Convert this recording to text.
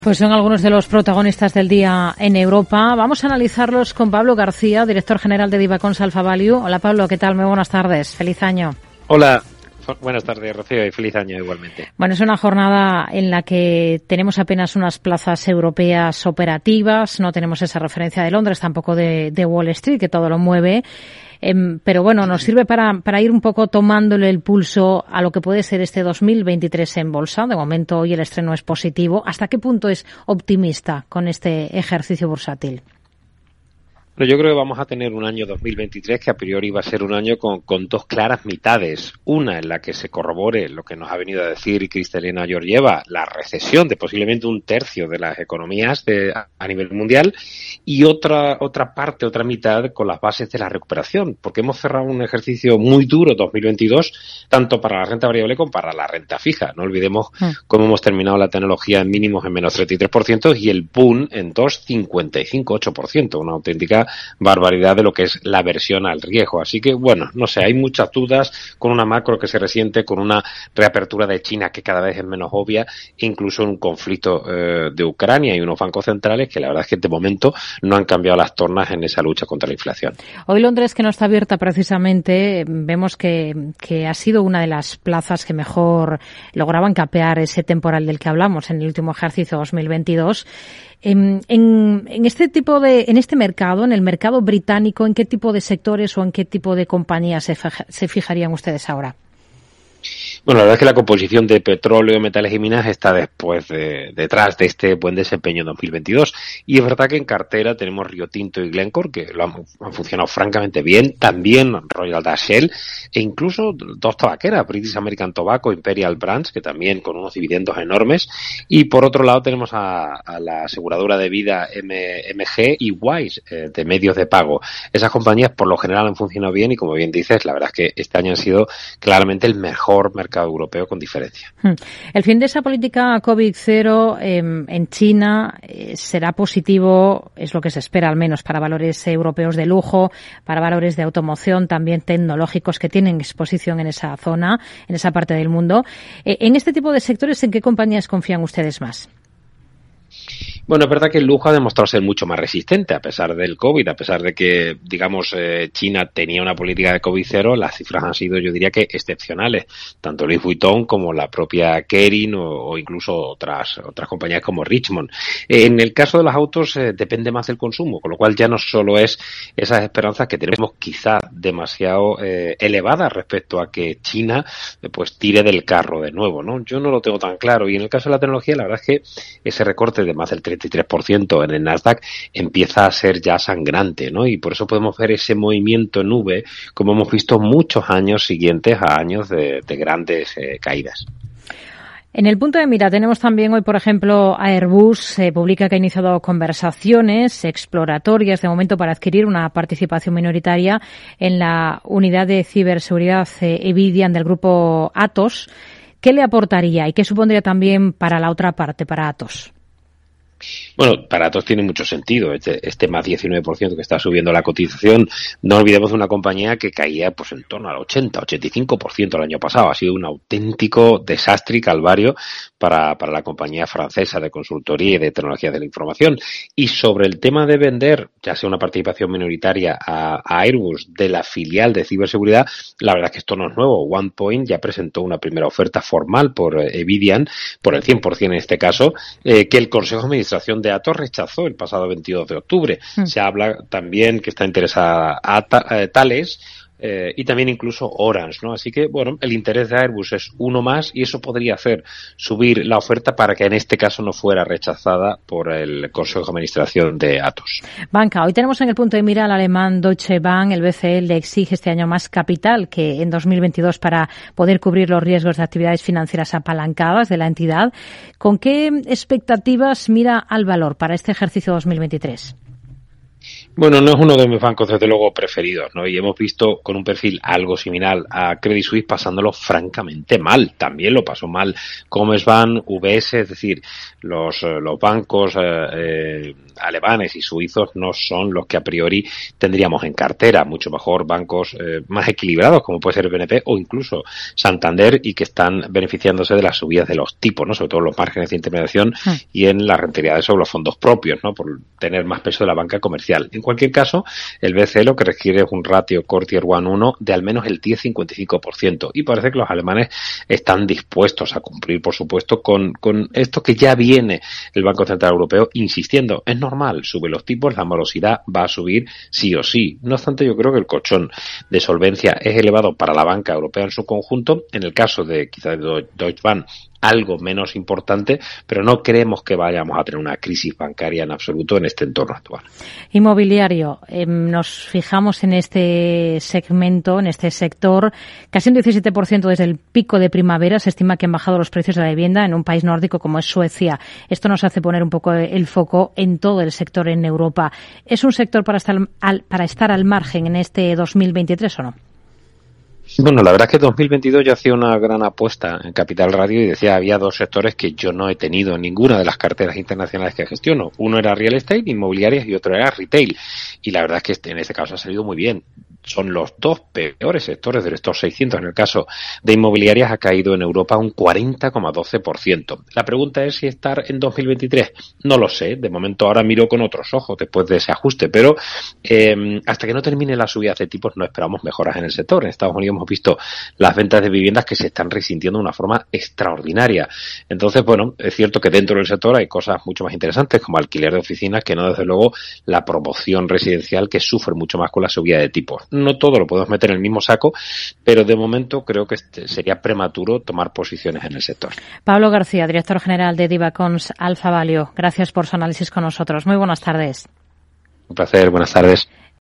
Pues son algunos de los protagonistas del día en Europa. Vamos a analizarlos con Pablo García, director general de Divacons Alpha Value. Hola Pablo, ¿qué tal? Muy buenas tardes. Feliz año. Hola. Buenas tardes, Rocío, y feliz año igualmente. Bueno, es una jornada en la que tenemos apenas unas plazas europeas operativas, no tenemos esa referencia de Londres, tampoco de Wall Street, que todo lo mueve. Pero bueno, nos sirve para ir un poco tomándole el pulso a lo que puede ser este 2023 en bolsa. De momento hoy el estreno es positivo. ¿Hasta qué punto es optimista con este ejercicio bursátil? Pero yo creo que vamos a tener un año 2023 que a priori va a ser un año con dos claras mitades. Una en la que se corrobore lo que nos ha venido a decir Kristalina Georgieva, la recesión de posiblemente un tercio de las economías a nivel mundial, y otra mitad con las bases de la recuperación, porque hemos cerrado un ejercicio muy duro 2022, tanto para la renta variable como para la renta fija. No olvidemos cómo hemos terminado la tecnología en mínimos en menos 33% y el boom en 8%, una auténtica barbaridad de lo que es la aversión al riesgo. Así que, bueno, no sé, hay muchas dudas con una macro que se resiente, con una reapertura de China que cada vez es menos obvia, incluso un conflicto de Ucrania y unos bancos centrales que la verdad es que de momento no han cambiado las tornas en esa lucha contra la inflación. Hoy Londres, que no está abierta precisamente, vemos que ha sido una de las plazas que mejor lograban capear ese temporal del que hablamos en el último ejercicio 2022. En este mercado, en el mercado británico, ¿en qué tipo de sectores o en qué tipo de compañías se fijarían ustedes ahora? Bueno, la verdad es que la composición de petróleo, metales y minas está detrás de este buen desempeño en 2022. Y es verdad que en cartera tenemos Rio Tinto y Glencore, que han funcionado francamente bien. También Royal Dutch Shell e incluso dos tabaqueras, British American Tobacco, Imperial Brands, que también con unos dividendos enormes. Y por otro lado tenemos a la aseguradora de vida MG y Wise, de medios de pago. Esas compañías por lo general han funcionado bien y, como bien dices, la verdad es que este año ha sido claramente el mejor mercado europeo con diferencia. El fin de esa política COVID-0 en China será positivo, es lo que se espera al menos para valores europeos de lujo, para valores de automoción, también tecnológicos que tienen exposición en esa zona, en esa parte del mundo. En este tipo de sectores, ¿en qué compañías confían ustedes más? Bueno, es verdad que el lujo ha demostrado ser mucho más resistente a pesar del COVID, a pesar de que, digamos, China tenía una política de COVID-0, las cifras han sido, yo diría que excepcionales, tanto Louis Vuitton como la propia Kering o incluso otras compañías como Richemont. En el caso de los autos depende más del consumo, con lo cual ya no solo es esas esperanzas que tenemos quizá demasiado elevadas respecto a que China pues tire del carro de nuevo, ¿no? Yo no lo tengo tan claro, y en el caso de la tecnología la verdad es que ese recorte de más del 33% en el Nasdaq empieza a ser ya sangrante, ¿no? Y por eso podemos ver ese movimiento en V como hemos visto muchos años siguientes a años de grandes caídas. En el punto de mira tenemos también hoy, por ejemplo, Airbus publica que ha iniciado conversaciones exploratorias de momento para adquirir una participación minoritaria en la unidad de ciberseguridad Evidian del grupo Atos. ¿Qué le aportaría y qué supondría también para la otra parte, para Atos? Bueno, para Atos tiene mucho sentido este más 19% que está subiendo la cotización. No olvidemos de una compañía que caía pues en torno al 85% el año pasado. Ha sido un auténtico desastre y calvario para la compañía francesa de consultoría y de tecnología de la información. Y sobre el tema de vender, ya sea una participación minoritaria a Airbus de la filial de ciberseguridad, la verdad es que esto no es nuevo. OnePoint ya presentó una primera oferta formal por Evidian, por el 100% en este caso, que el Consejo de Administración de Atos rechazó el pasado 22 de octubre. Se habla también que está interesada Thales y también incluso Orange, ¿no? Así que, bueno, el interés de Airbus es uno más y eso podría hacer subir la oferta para que en este caso no fuera rechazada por el Consejo de Administración de Atos. Banca, hoy tenemos en el punto de mira al alemán Deutsche Bank. El BCE le exige este año más capital que en 2022 para poder cubrir los riesgos de actividades financieras apalancadas de la entidad. ¿Con qué expectativas mira al valor para este ejercicio 2023? Bueno, no es uno de mis bancos, desde luego, preferidos, ¿no? Y hemos visto con un perfil algo similar a Credit Suisse pasándolo francamente mal. También lo pasó mal Commerzbank, UBS, es decir, los bancos alemanes y suizos no son los que a priori tendríamos en cartera. Mucho mejor bancos más equilibrados, como puede ser el BNP o incluso Santander, y que están beneficiándose de las subidas de los tipos, ¿no? Sobre todo en los márgenes de intermediación y en las rentabilidades sobre los fondos propios, ¿no? Por tener más peso de la banca comercial. En cualquier caso, el BCE lo que requiere es un ratio Core Tier 1 de al menos el 10,55%, y parece que los alemanes están dispuestos a cumplir, por supuesto, con esto que ya viene el Banco Central Europeo insistiendo. Es normal, sube los tipos, la morosidad va a subir sí o sí. No obstante, yo creo que el colchón de solvencia es elevado para la banca europea en su conjunto. En el caso de quizás de Deutsche Bank, algo menos importante, pero no creemos que vayamos a tener una crisis bancaria en absoluto en este entorno actual. Inmobiliario, nos fijamos en este segmento, en este sector, casi un 17% desde el pico de primavera. Se estima que han bajado los precios de la vivienda en un país nórdico como es Suecia. Esto nos hace poner un poco el foco en todo el sector en Europa. ¿Es un sector para estar al margen en este 2023 o no? Bueno, la verdad es que 2022 yo hacía una gran apuesta en Capital Radio y decía había dos sectores que yo no he tenido en ninguna de las carteras internacionales que gestiono. Uno era real estate, inmobiliarias, y otro era retail. Y la verdad es que en este caso ha salido muy bien. Son los dos peores sectores del Stoxx 600. En el caso de inmobiliarias ha caído en Europa un 40,12%. La pregunta es si estar en 2023. No lo sé. De momento ahora miro con otros ojos después de ese ajuste. Pero hasta que no termine la subida de tipos no esperamos mejoras en el sector. En Estados Unidos hemos visto las ventas de viviendas que se están resintiendo de una forma extraordinaria. Entonces, bueno, es cierto que dentro del sector hay cosas mucho más interesantes como alquiler de oficinas, que no desde luego la promoción residencial, que sufre mucho más con la subida de tipos. No todo lo podemos meter en el mismo saco, pero de momento creo que sería prematuro tomar posiciones en el sector. Pablo García, director general de Divacons Alfa Value. Gracias por su análisis con nosotros. Muy buenas tardes. Un placer, buenas tardes.